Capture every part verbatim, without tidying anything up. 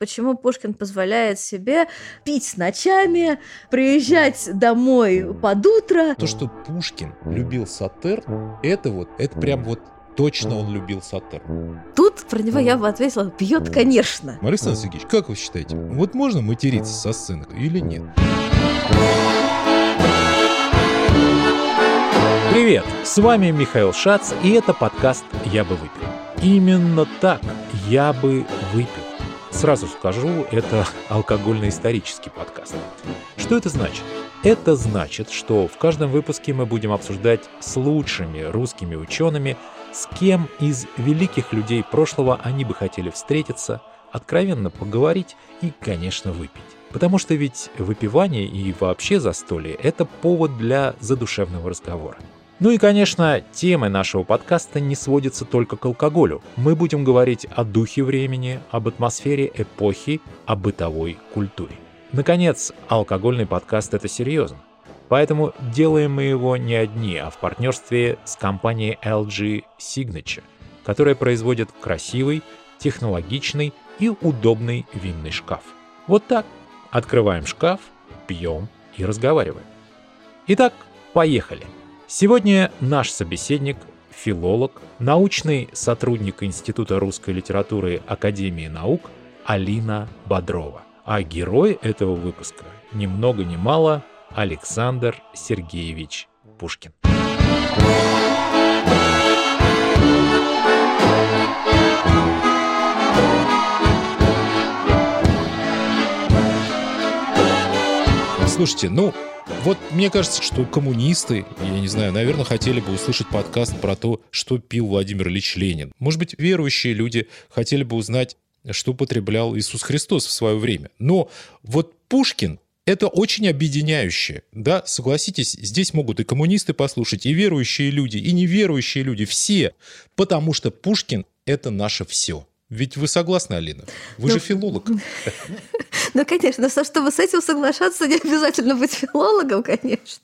почему Пушкин позволяет себе пить ночами, приезжать домой под утро. То, что Пушкин любил Саттерн, это вот, это прям вот точно он любил Саттерн. Тут про него я бы ответила: пьет, конечно. Александр Сергеевич, как вы считаете, вот можно материться со сцены или нет? Привет, с вами Михаил Шац, и это подкаст «Я бы выпил». Именно так, «Я бы выпил». Сразу скажу, это алкогольно-исторический подкаст. Что это значит? Это значит, что в каждом выпуске мы будем обсуждать с лучшими русскими учеными, с кем из великих людей прошлого они бы хотели встретиться, откровенно поговорить и, конечно, выпить. Потому что ведь выпивание и вообще застолье – это повод для задушевного разговора. Ну и, конечно, темы нашего подкаста не сводятся только к алкоголю. Мы будем говорить о духе времени, об атмосфере эпохи, о бытовой культуре. Наконец, алкогольный подкаст – это серьезно. Поэтому делаем мы его не одни, а в партнерстве с компанией эл джи Signature, которая производит красивый, технологичный и удобный винный шкаф. Вот так. Открываем шкаф, пьем и разговариваем. Итак, поехали. Сегодня наш собеседник – филолог, научный сотрудник Института русской литературы Академии наук Алина Бодрова. А герой этого выпуска – ни много ни мало Александр Сергеевич Пушкин. Слушайте, ну, вот мне кажется, что коммунисты, я не знаю, наверное, хотели бы услышать подкаст про то, что пил Владимир Ильич Ленин. Может быть, верующие люди хотели бы узнать, что потреблял Иисус Христос в свое время. Но вот Пушкин – это очень объединяющее. Да, согласитесь, здесь могут и коммунисты послушать, и верующие люди, и неверующие люди, все. Потому что Пушкин – это наше все. Ведь вы согласны, Алина? Вы ну, же филолог. Ну, конечно, чтобы с этим соглашаться, не обязательно быть филологом, конечно.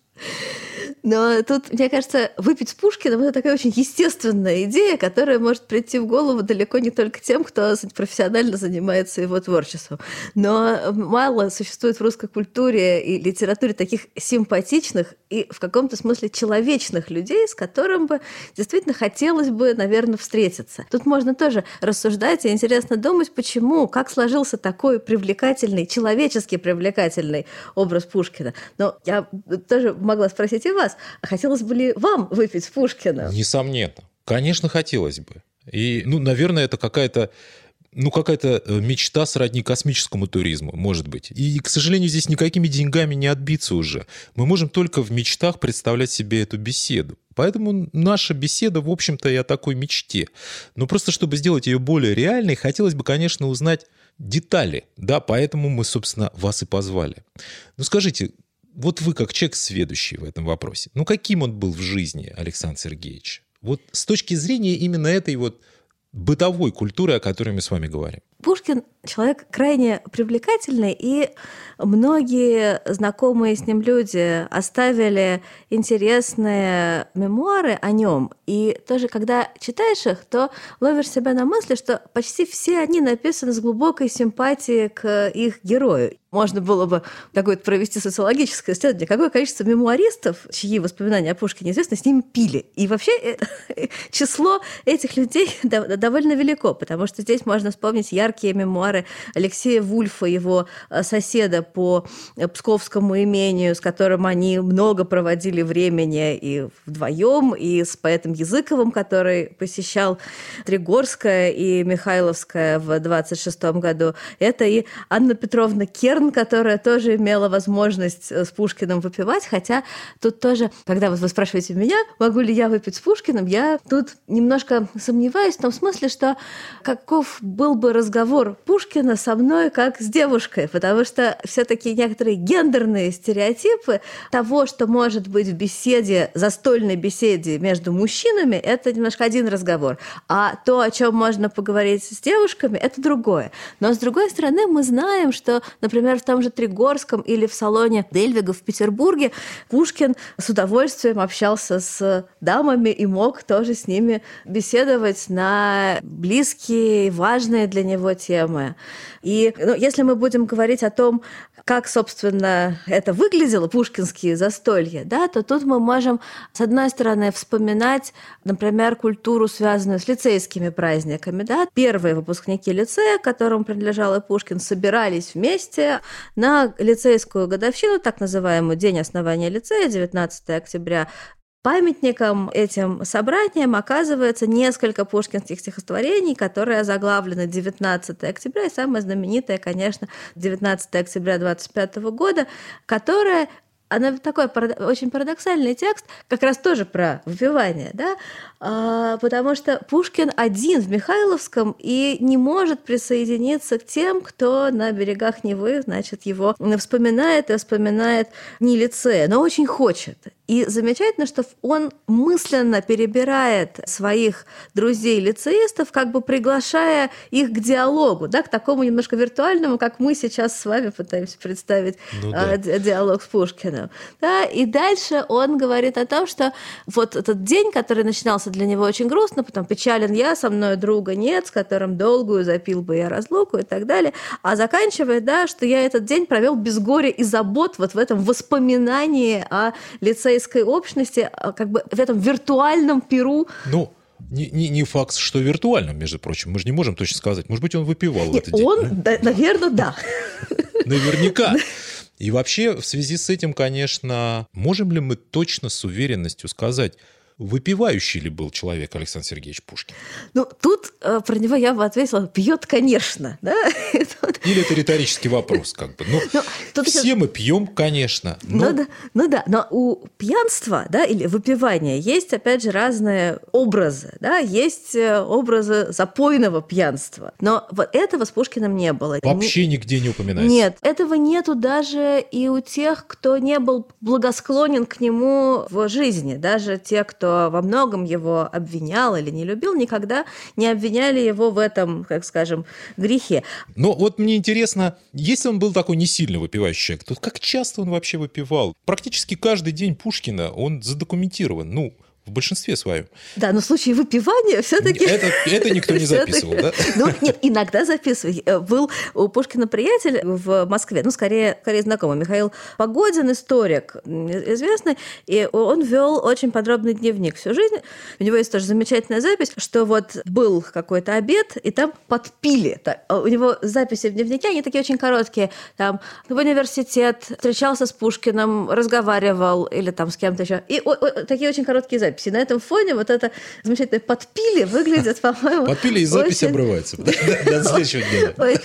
Но тут, мне кажется, выпить с Пушкиным – это такая очень естественная идея, которая может прийти в голову далеко не только тем, кто профессионально занимается его творчеством. Но мало существует в русской культуре и литературе таких симпатичных и в каком-то смысле человечных людей, с которым бы действительно хотелось бы, наверное, встретиться. Тут можно тоже рассуждать и интересно думать, почему, как сложился такой привлекательный, человечески привлекательный образ Пушкина. Но я тоже могла спросить и вас, а хотелось бы ли вам выпить с Пушкиным? Несомненно. Конечно, хотелось бы. И, ну, наверное, это какая-то, ну, какая-то мечта сродни космическому туризму, может быть. И, к сожалению, здесь никакими деньгами не отбиться уже. Мы можем только в мечтах представлять себе эту беседу. Поэтому наша беседа, в общем-то, и о такой мечте. Но просто, чтобы сделать ее более реальной, хотелось бы, конечно, узнать детали. Да, поэтому мы, собственно, вас и позвали. Ну, скажите, вот вы как человек сведущий в этом вопросе, ну каким он был в жизни, Александр Сергеевич? Вот с точки зрения именно этой вот бытовой культуры, о которой мы с вами говорим. Пушкин человек крайне привлекательный, и многие знакомые с ним люди оставили интересные мемуары о нем. И тоже, когда читаешь их, то ловишь себя на мысли, что почти все они написаны с глубокой симпатией к их герою. Можно было бы какое-то провести социологическое исследование, какое количество мемуаристов, чьи воспоминания о Пушкине известны, с ними пили. И вообще число этих людей довольно велико, потому что здесь можно вспомнить яркие мемуары Алексея Вульфа, его соседа по Псковскому имению, с которым они много проводили времени и вдвоем, и с поэтом Языковым, который посещал Тригорское и Михайловское в двадцать шестом году. Это и Анна Петровна Керн, которая тоже имела возможность с Пушкиным выпивать, хотя тут тоже, когда вот вы спрашиваете меня, могу ли я выпить с Пушкиным, я тут немножко сомневаюсь в том смысле, что каков был бы разговор Пушкина со мной как с девушкой, потому что все-таки некоторые гендерные стереотипы того, что может быть в беседе, застольной беседе между мужчинами, это немножко один разговор, а то, о чем можно поговорить с девушками, это другое. Но с другой стороны, мы знаем, что, например, в том же Тригорском или в салоне Дельвига в Петербурге Пушкин с удовольствием общался с дамами и мог тоже с ними беседовать на близкие, важные для него его темы. И ну, если мы будем говорить о том, как, собственно, это выглядело, пушкинские застолья, да, то тут мы можем, с одной стороны, вспоминать, например, культуру, связанную с лицейскими праздниками. Да. Первые выпускники лицея, которым принадлежал и Пушкин, собирались вместе на лицейскую годовщину, так называемый День основания лицея, девятнадцатого октября. Памятником этим собраниям оказывается несколько пушкинских стихотворений, которые озаглавлены девятнадцатого октября, и самое знаменитое, конечно, девятнадцатого октября двадцать пятого года, которое она такой очень парадоксальный текст, как раз тоже про выпивание, да? а, потому что Пушкин один в Михайловском и не может присоединиться к тем, кто на берегах Невы, значит, его вспоминает и вспоминает не лицея, но очень хочет. И замечательно, что он мысленно перебирает своих друзей-лицеистов, как бы приглашая их к диалогу, да, к такому немножко виртуальному, как мы сейчас с вами пытаемся представить ну, да. диалог с Пушкиным. Да, и дальше он говорит о том, что вот этот день, который начинался для него очень грустно, потом печален я, со мной друга нет, с которым долгую запил бы я разлуку и так далее, а заканчивает, да, что я этот день провел без горя и забот вот в этом воспоминании о лицее общности, как бы в этом виртуальном пиру. Ну, не, не, не факт, что виртуальном, между прочим. Мы же не можем точно сказать. Может быть, он выпивал Нет, в этот день. Он, да, наверное, да. Наверняка. И вообще, в связи с этим, конечно, можем ли мы точно с уверенностью сказать, выпивающий ли был человек Александр Сергеевич Пушкин? Ну, тут э, про него я бы ответила, пьет, конечно. Да? Или это риторический вопрос, как бы. Ну, ну, тут все сейчас... мы пьем, конечно. Но... Ну, да, ну да, но у пьянства, да, или выпивания есть, опять же, разные образы. Да? Есть образы запойного пьянства. Но вот этого с Пушкиным не было. Вообще не... нигде не упоминается. Нет, этого нету даже и у тех, кто не был благосклонен к нему в жизни. Даже те, кто во многом его обвинял или не любил, никогда не обвиняли его в этом, как скажем, грехе. Но вот мне интересно, если он был такой не сильно выпивающий человек, то как часто он вообще выпивал? Практически каждый день Пушкина он задокументирован, ну, в большинстве своем. Да, но в случае выпивания все-таки... Это, это никто не записывал, да? Ну, нет, иногда записывали. Был у Пушкина приятель в Москве, ну, скорее, скорее знакомый, Михаил Погодин, историк известный, и он вел очень подробный дневник всю жизнь. У него есть тоже замечательная запись, что вот был какой-то обед, и там подпили. У него записи в дневнике, они такие очень короткие. Там в университет, встречался с Пушкиным, разговаривал или там с кем-то еще. И о, о, такие очень короткие записи. И на этом фоне вот это замечательное подпили выглядит, по-моему... Подпили, и запись очень... обрывается до следующего дня.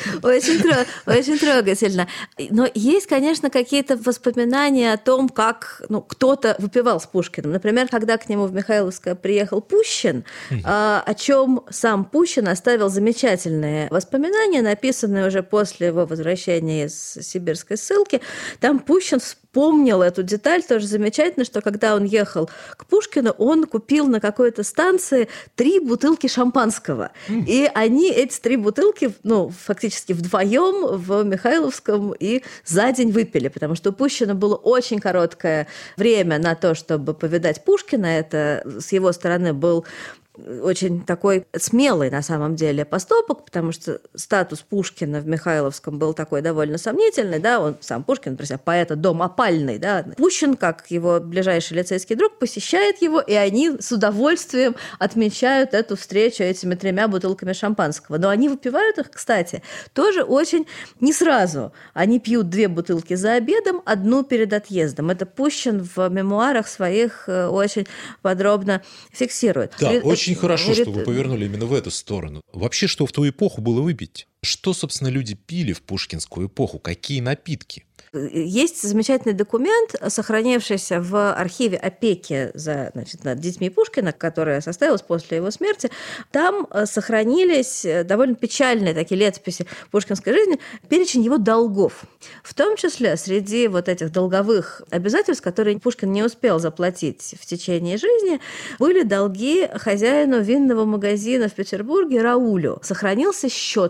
Очень трогательно. Но есть, конечно, какие-то воспоминания о том, как кто-то выпивал с Пушкиным. Например, когда к нему в Михайловское приехал Пущин, о чем сам Пущин оставил замечательные воспоминания, написанные уже после его возвращения из сибирской ссылки. Там Пущин вспомнил эту деталь, тоже замечательно, что когда он ехал к Пушкину, он купил на какой-то станции три бутылки шампанского. Mm. И они, эти три бутылки, ну, фактически вдвоем в Михайловском и за день выпили, потому что у Пущина было очень короткое время на то, чтобы повидать Пушкина. Это с его стороны был очень такой смелый на самом деле поступок, потому что статус Пушкина в Михайловском был такой довольно сомнительный, да, он сам Пушкин, например, поэта дом опальный, да, Пущин, как его ближайший лицейский друг, посещает его, и они с удовольствием отмечают эту встречу этими тремя бутылками шампанского. Но они выпивают их, кстати, тоже очень не сразу. Они пьют две бутылки за обедом, одну перед отъездом. Это Пущин в мемуарах своих очень подробно фиксирует. Да, очень Очень хорошо, что вы повернули именно в эту сторону. Вообще, что в ту эпоху было выпить? Что, собственно, люди пили в пушкинскую эпоху? Какие напитки? Есть замечательный документ, сохранившийся в архиве опеки за, значит, над детьми Пушкина, которая состоялась после его смерти. Там сохранились довольно печальные такие летописи пушкинской жизни, перечень его долгов. В том числе среди вот этих долговых обязательств, которые Пушкин не успел заплатить в течение жизни, были долги хозяину винного магазина в Петербурге Раулю. Сохранился счет довольно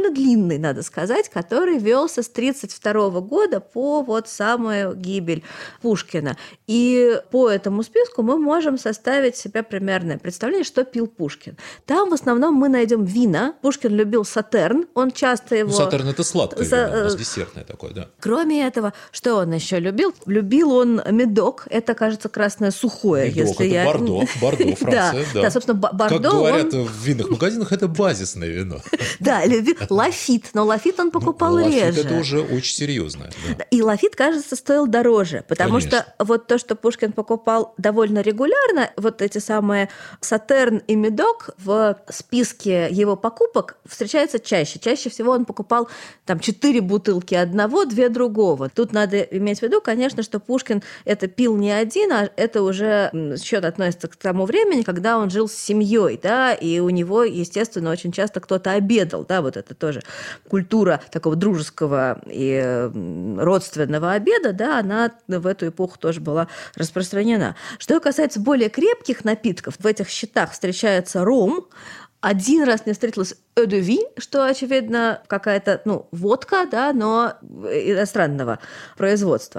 довольно длинный, надо сказать, который велся с тридцать второго года по вот самую гибель Пушкина. И по этому списку мы можем составить себе примерное представление, что пил Пушкин. Там в основном мы найдем вина. Пушкин любил Сатерн, он часто его... Ну, Сатерн – это сладкое За... вино, у нас десертное такое, да. Кроме этого, что он еще любил? Любил он медок, это, кажется, красное сухое. Медок если – это я... Бордо, Бордо, Франция, да. Да, собственно, Бордо... Как говорят он... в винных магазинах, это базисное вино. Да, любил Лафит, но Лафит он покупал ну, реже. Лафит – это уже очень серьезное. Да. И Лафит, кажется, стоил дороже, потому Конечно. что вот то, что Пушкин покупал довольно регулярно, вот эти самые Сатерн и медок в списке его покупок встречаются чаще. Чаще всего он покупал там четыре бутылки одного, две другого. Тут надо иметь в виду, конечно, что Пушкин это пил не один, а это уже счет относится к тому времени, когда он жил с семьей, да, и у него, естественно, очень часто кто-то обедал, да, вот это тоже культура такого дружеского и родственного обеда, да, она в эту эпоху тоже была распространена. Что касается более крепких напитков, в этих счетах встречается ром. Один раз мне встретилась eau de vie, что, очевидно, какая-то, ну, водка, да, но иностранного производства.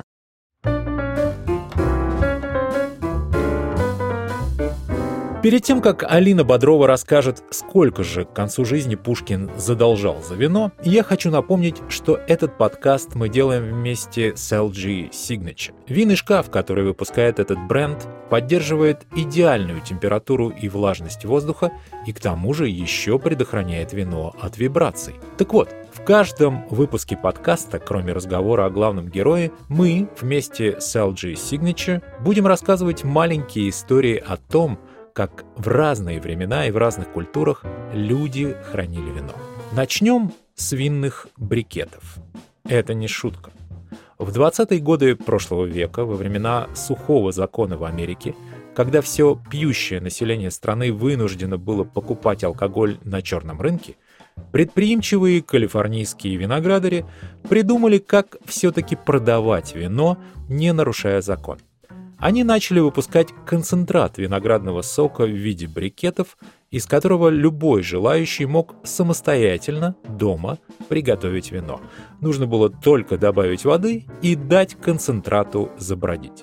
Перед тем, как Алина Бодрова расскажет, сколько же к концу жизни Пушкин задолжал за вино, я хочу напомнить, что этот подкаст мы делаем вместе с эл джи Signature. Винный шкаф, который выпускает этот бренд, поддерживает идеальную температуру и влажность воздуха и к тому же еще предохраняет вино от вибраций. Так вот, в каждом выпуске подкаста, кроме разговора о главном герое, мы вместе с эл джи Signature будем рассказывать маленькие истории о том, как в разные времена и в разных культурах люди хранили вино. Начнем с винных брикетов. Это не шутка. В двадцатые годы прошлого века, во времена сухого закона в Америке, когда все пьющее население страны вынуждено было покупать алкоголь на черном рынке, предприимчивые калифорнийские виноградари придумали, как все-таки продавать вино, не нарушая закон. Они начали выпускать концентрат виноградного сока в виде брикетов, из которого любой желающий мог самостоятельно дома приготовить вино. Нужно было только добавить воды и дать концентрату забродить.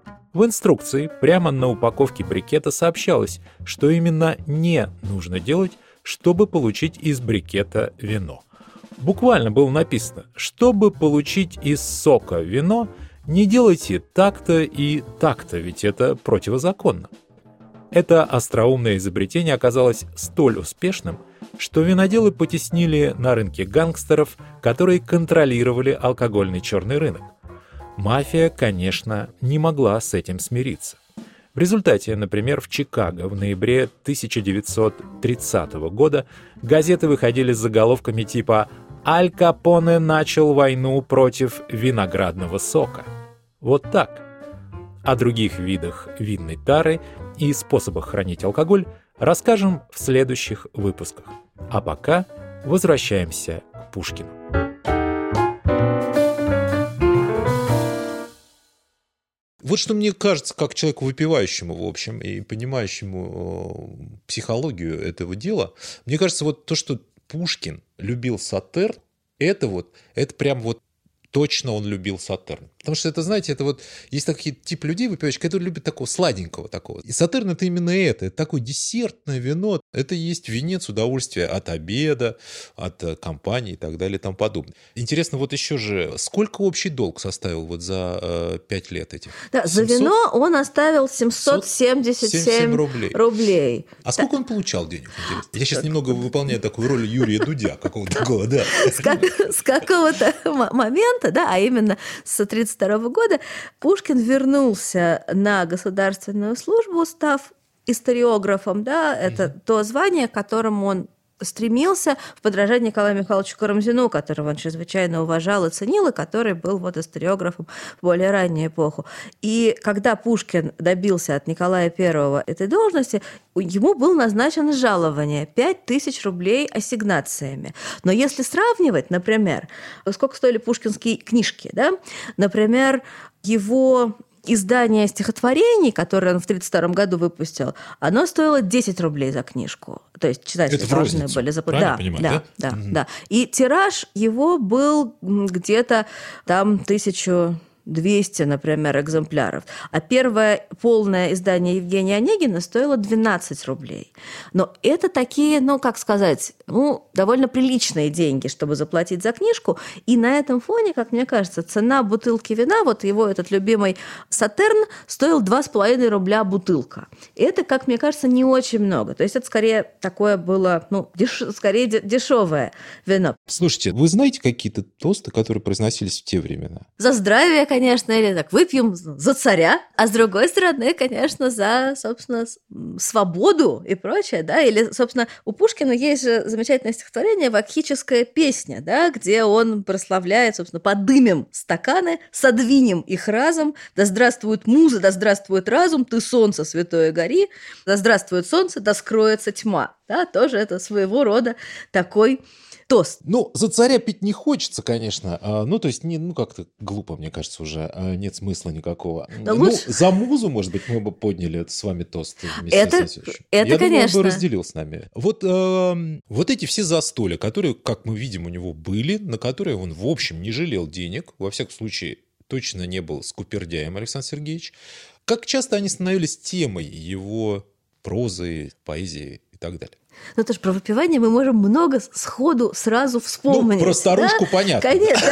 В инструкции прямо на упаковке брикета сообщалось, что именно не нужно делать, чтобы получить из брикета вино. Буквально было написано: чтобы получить из сока вино, не делайте так-то и так-то, ведь это противозаконно. Это остроумное изобретение оказалось столь успешным, что виноделы потеснили на рынке гангстеров, которые контролировали алкогольный черный рынок. Мафия, конечно, не могла с этим смириться. В результате, например, в Чикаго в ноябре тысяча девятьсот тридцатого года газеты выходили с заголовками типа «Аль Капоне начал войну против виноградного сока». Вот так. О других видах винной тары и способах хранить алкоголь расскажем в следующих выпусках. А пока возвращаемся к Пушкину. Вот что мне кажется, как человеку выпивающему, в общем, и понимающему психологию этого дела, мне кажется, вот то, что Пушкин любил Сатерн, это вот, это прям вот точно он любил Сатерн. Потому что это, знаете, это вот есть такие тип людей, выпивающих, которые любят такого сладенького такого. И Сатерн – это именно это. Это такое десертное вино. Это есть венец удовольствия от обеда, от компании и так далее и тому подобное. Интересно, вот еще же, сколько общий долг составил вот за э, пять лет этих? Да, за вино он оставил семьсот семьдесят семь рублей. рублей. А сколько он получал денег? Интересно? Я сейчас немного выполняю такую роль Юрия Дудя, какого-то такого, да. С какого-то момента, да, а именно с тридцать второго года, Пушкин вернулся на государственную службу, став историографом, да, это mm-hmm. то звание, к которому он стремился в подражании Николаю Михайловичу Карамзину, которого он чрезвычайно уважал и ценил, и который был вот историографом в более раннюю эпоху. И когда Пушкин добился от Николая Первого этой должности, ему было назначено жалование пять тысяч рублей ассигнациями. Но если сравнивать, например, сколько стоили пушкинские книжки, да? Например, его издание стихотворений, которое он в тридцать втором году выпустил, оно стоило десять рублей за книжку. То есть читатели Это должны розницу, были заплатить. Да, да, да, да, да, да. И тираж его был где-то там тысячу двести, например, экземпляров. А первое полное издание Евгения Онегина стоило двенадцать рублей. Но это такие, ну, как сказать, ну, довольно приличные деньги, чтобы заплатить за книжку. И на этом фоне, как мне кажется, цена бутылки вина, вот его этот любимый Сатерн, стоил два с половиной рубля бутылка. И это, как мне кажется, не очень много. То есть это скорее такое было, ну, деш... скорее дешевое вино. Слушайте, вы знаете какие-то тосты, которые произносились в те времена? За здравие, конечно, или так, выпьем за царя, а с другой стороны, конечно, за, собственно, свободу и прочее, да, или, собственно, у Пушкина есть же замечательное стихотворение «Вакхическая песня», да, где он прославляет, собственно, подымем стаканы, содвинем их разом, да здравствует муза, да здравствует разум, ты солнце святое гори, да здравствует солнце, да скроется тьма, да, тоже это своего рода такой тост. Ну, за царя пить не хочется, конечно. А, ну, то есть, не, ну, как-то глупо, мне кажется, уже. А, нет смысла никакого. Да ну, лучше... за музу, может быть, мы бы подняли с вами тост вместе это, с Васильевичем. Это, Я конечно. думаю, он бы разделил с нами. Вот, э, вот эти все застолья, которые, как мы видим, у него были, на которые он, в общем, не жалел денег, во всяком случае, точно не был скупердяем Александр Сергеевич. Как часто они становились темой его прозы, поэзии и так далее? Ну, это же про выпивание мы можем много сходу сразу вспомнить. Ну, про старушку, да? Понятно. Конечно,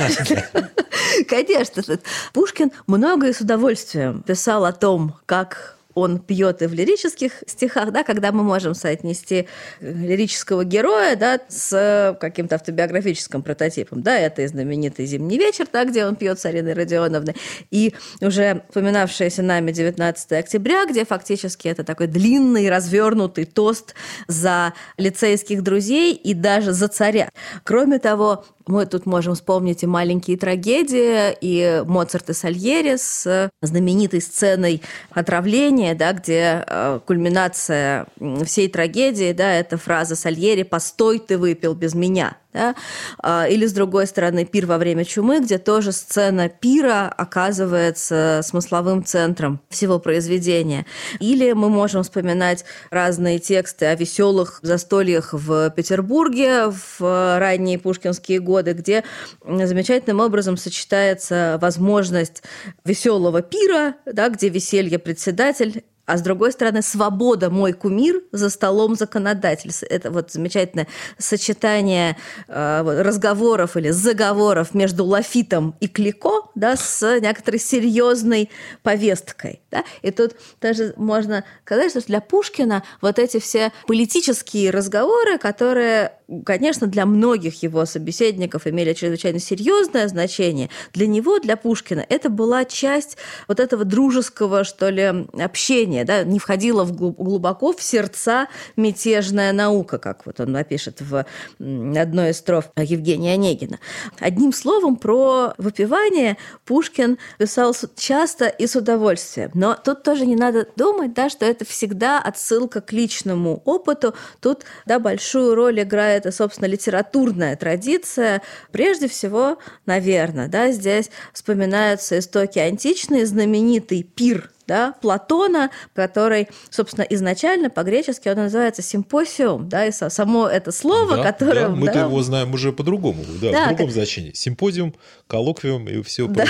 да. Конечно. Пушкин много и с удовольствием писал о том, как он пьет и в лирических стихах, да, когда мы можем соотнести лирического героя, да, с каким-то автобиографическим прототипом. Да, это и знаменитый «Зимний вечер», да, где он пьет с Ариной Родионовной, и уже упоминавшееся нами девятнадцатого октября, где фактически это такой длинный, развернутый тост за лицейских друзей и даже за царя. Кроме того, мы тут можем вспомнить и «Маленькие трагедии», и Моцарт и Сальери с знаменитой сценой отравления, да, где э, кульминация всей трагедии, да, это фраза Сальери «Постой, ты выпил без меня». Да? Или, с другой стороны, «Пир во время чумы», где тоже сцена пира оказывается смысловым центром всего произведения. Или мы можем вспоминать разные тексты о веселых застольях в Петербурге в ранние пушкинские годы, где замечательным образом сочетается возможность веселого пира, да, где веселье председатель, а с другой стороны, свобода, мой кумир, за столом законодатель. Это вот замечательное сочетание э, разговоров или заговоров между Лафитом и Клико, да, с некоторой серьезной повесткой. Да? И тут даже можно сказать, что для Пушкина вот эти все политические разговоры, которые, конечно, для многих его собеседников имели чрезвычайно серьезное значение, для него, для Пушкина, это была часть вот этого дружеского, что ли, общения, да, не входила в глубоко в сердца мятежная наука, как вот он напишет в одной из строф Евгения Онегина. Одним словом, про выпивание Пушкин писал часто и с удовольствием. Но тут тоже не надо думать, да, что это всегда отсылка к личному опыту. Тут, да, большую роль играет, собственно, литературная традиция. Прежде всего, наверное, да, здесь вспоминаются истоки античные, знаменитый пир, да, Платона, который, собственно, изначально по-гречески он называется симпосиум, да, и само это слово, да, которое... Да, мы-то да, его знаем уже по-другому, да, да, в другом как... значении. Симпозиум, коллоквиум и все да.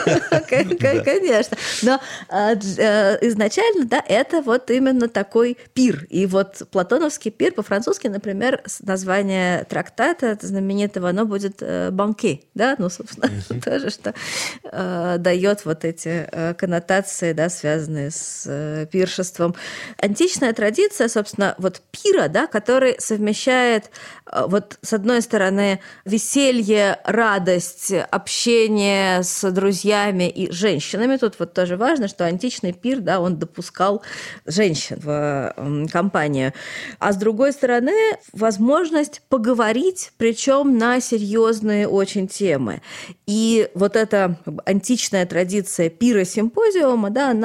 прочее. Конечно. Но изначально, да, это вот именно такой пир. И вот платоновский пир по-французски, например, название трактата знаменитого, оно будет банке, да, ну, собственно, тоже, что дает вот эти коннотации, да, связанные с пиршеством. Античная традиция, собственно, вот пира, да, который совмещает вот с одной стороны веселье, радость, общение с друзьями и женщинами. Тут вот тоже важно, что античный пир, да, он допускал женщин в компанию. А с другой стороны, возможность поговорить, причем на серьезные очень темы. И вот эта античная традиция пира-симпозиума, да, она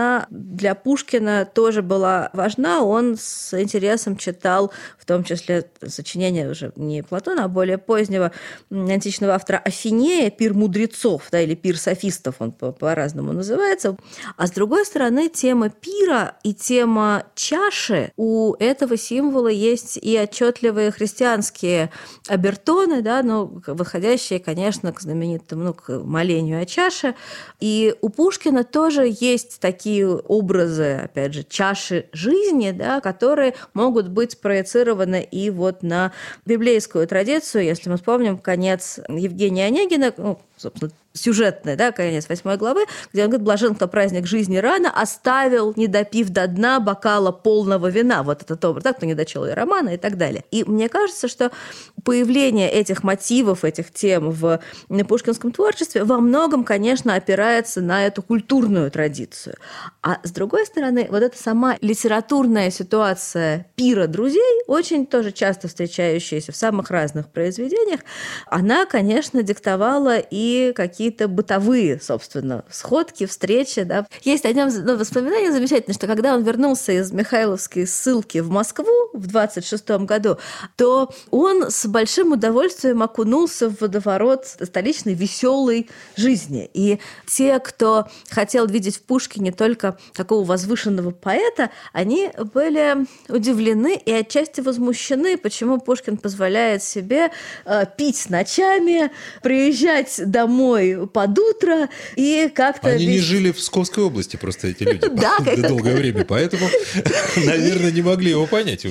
она для Пушкина тоже была важна. Он с интересом читал, в том числе сочинения уже не Платона, а более позднего античного автора Афинея, «Пир мудрецов», да, или «Пир софистов», он по-разному называется. А с другой стороны, тема пира и тема чаши, у этого символа есть и отчетливые христианские обертоны, да, ну, выходящие, конечно, к знаменитому, ну, к молению о чаше. И у Пушкина тоже есть такие образы, опять же, чаши жизни, да, которые могут быть проецированы и вот на библейскую традицию. Если мы вспомним конец Евгения Онегина, ну, собственно, сюжетный, да, конец восьмой главы, где он говорит: «Блажен, кто праздник жизни рано оставил, не допив до дна бокала полного вина». Вот этот образ, да, кто не дочел и романа и так далее. И мне кажется, что появление этих мотивов, этих тем в пушкинском творчестве во многом, конечно, опирается на эту культурную традицию. А с другой стороны, вот эта сама литературная ситуация пира друзей, очень тоже часто встречающаяся в самых разных произведениях, она, конечно, диктовала и какие какие-то бытовые, собственно, сходки, встречи. Да. Есть о нем ну, воспоминание замечательное, что когда он вернулся из Михайловской ссылки в Москву в двадцать шестом году, то он с большим удовольствием окунулся в водоворот столичной веселой жизни. И те, кто хотел видеть в Пушкине только такого возвышенного поэта, они были удивлены и отчасти возмущены, почему Пушкин позволяет себе э, пить ночами, приезжать домой под утро и как-то... Они весь... не жили в Псковской области просто, эти люди, долгое время, поэтому, наверное, не могли его понять.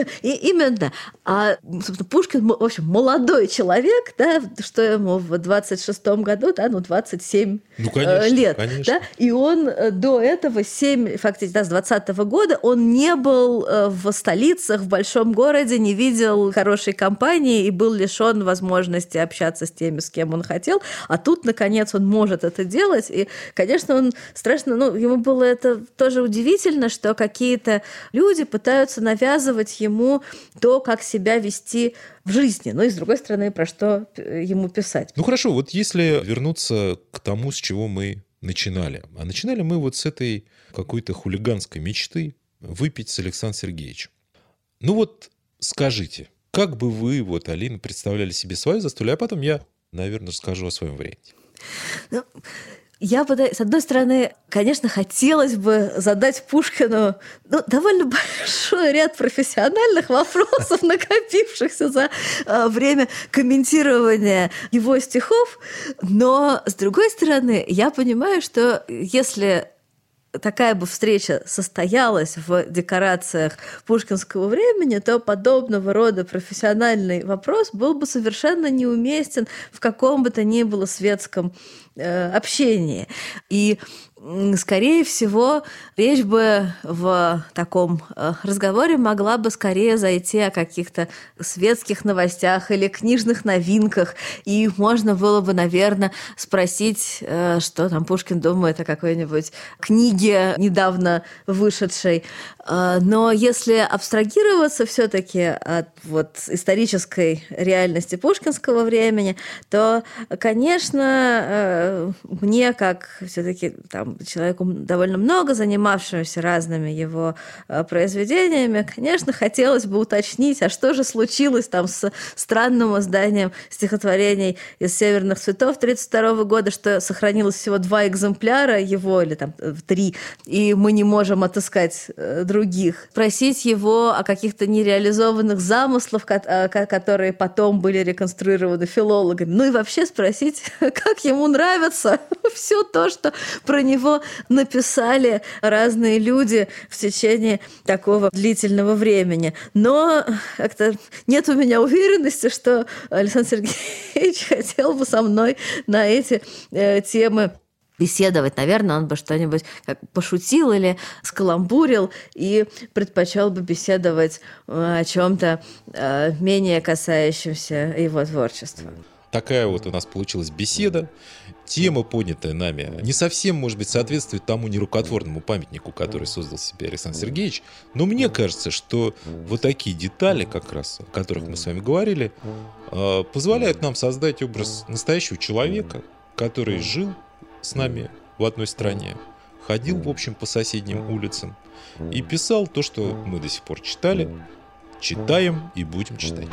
Именно. А, собственно, Пушкин, в общем, молодой человек, да, что ему в двадцать шестом году, да, ну, двадцать семь ну, конечно, лет. Конечно. Да, и он до этого, семь, фактически, да, с двадцатого года, он не был в столицах, в большом городе, не видел хорошей компании и был лишен возможности общаться с теми, с кем он хотел. А тут, наконец, он может это делать. И, конечно, он страшно... Ну, ему было это тоже удивительно, что какие-то люди пытаются навязывать ему то, как себя вести в жизни. Ну и, с другой стороны, про что ему писать. Ну, хорошо. Вот если вернуться к тому, с чего мы начинали. А начинали мы вот с этой какой-то хулиганской мечты выпить с Александром Сергеевичем. Ну вот скажите, как бы вы, вот, Алина, представляли себе свое застолье, а потом я, наверное, расскажу о своем варианте. Ну, я бы, с одной стороны, конечно, хотелось бы задать Пушкину ну, довольно большой ряд профессиональных вопросов, накопившихся за э, время комментирования его стихов, но, с другой стороны, я понимаю, что если такая бы встреча состоялась в декорациях пушкинского времени, то подобного рода профессиональный вопрос был бы совершенно неуместен в каком бы то ни было светском э, общении. И скорее всего, речь бы в таком разговоре могла бы скорее зайти о каких-то светских новостях или книжных новинках, и можно было бы, наверное, спросить, что там Пушкин думает о какой-нибудь книге, недавно вышедшей. Но если абстрагироваться все-таки от вот исторической реальности пушкинского времени, то, конечно, мне, как все-таки там человеку довольно много занимавшемуся разными его произведениями, конечно, хотелось бы уточнить, а что же случилось там с странным изданием стихотворений из «Северных цветов» тридцать второго года, что сохранилось всего два экземпляра его, или там три, и мы не можем отыскать других. Просить его о каких-то нереализованных замыслах, которые потом были реконструированы филологами. Ну и вообще спросить, как ему нравится все то, что про него написали разные люди в течение такого длительного времени. Но как-то нет у меня уверенности, что Александр Сергеевич хотел бы со мной на эти э, темы беседовать. Наверное, он бы что-нибудь как пошутил или скаламбурил и предпочел бы беседовать о чем-то э, менее касающемся его творчества. Такая вот у нас получилась беседа. Тема, поднятая нами, не совсем, может быть, соответствует тому нерукотворному памятнику, который создал себе Александр Сергеевич. Но мне кажется, что вот такие детали, как раз, о которых мы с вами говорили, позволяют нам создать образ настоящего человека, который жил с нами в одной стране, ходил, в общем, по соседним улицам и писал то, что мы до сих пор читали, читаем и будем читать.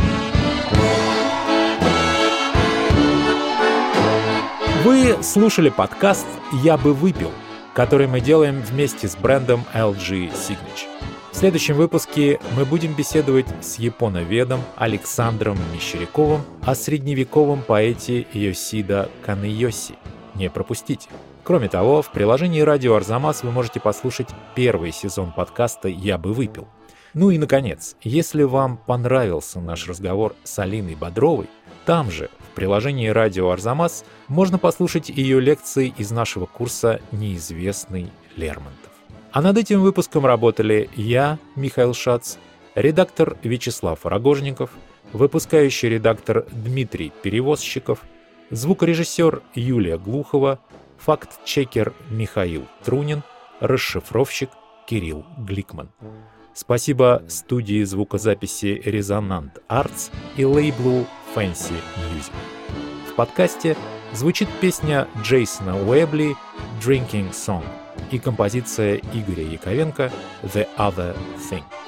Вы слушали подкаст «Я бы выпил», который мы делаем вместе с брендом эл джи Signature. В следующем выпуске мы будем беседовать с японоведом Александром Мещеряковым о средневековом поэте Йосида Канэйоси. Не пропустите. Кроме того, в приложении «Радио Арзамас» вы можете послушать первый сезон подкаста «Я бы выпил». Ну и, наконец, если вам понравился наш разговор с Алиной Бодровой, там же, в приложении «Радио Арзамас», можно послушать ее лекции из нашего курса «Неизвестный Лермонтов». А над этим выпуском работали я, Михаил Шац, редактор Вячеслав Рогожников, выпускающий редактор Дмитрий Перевозчиков, звукорежиссер Юлия Глухова, факт-чекер Михаил Трунин, расшифровщик Кирилл Гликман. Спасибо студии звукозаписи «Резонант Артс» и лейблу Fancy Music. В подкасте звучит песня Джейсона Уэбли «Drinking Song» и композиция Игоря Яковенко «The Other Thing».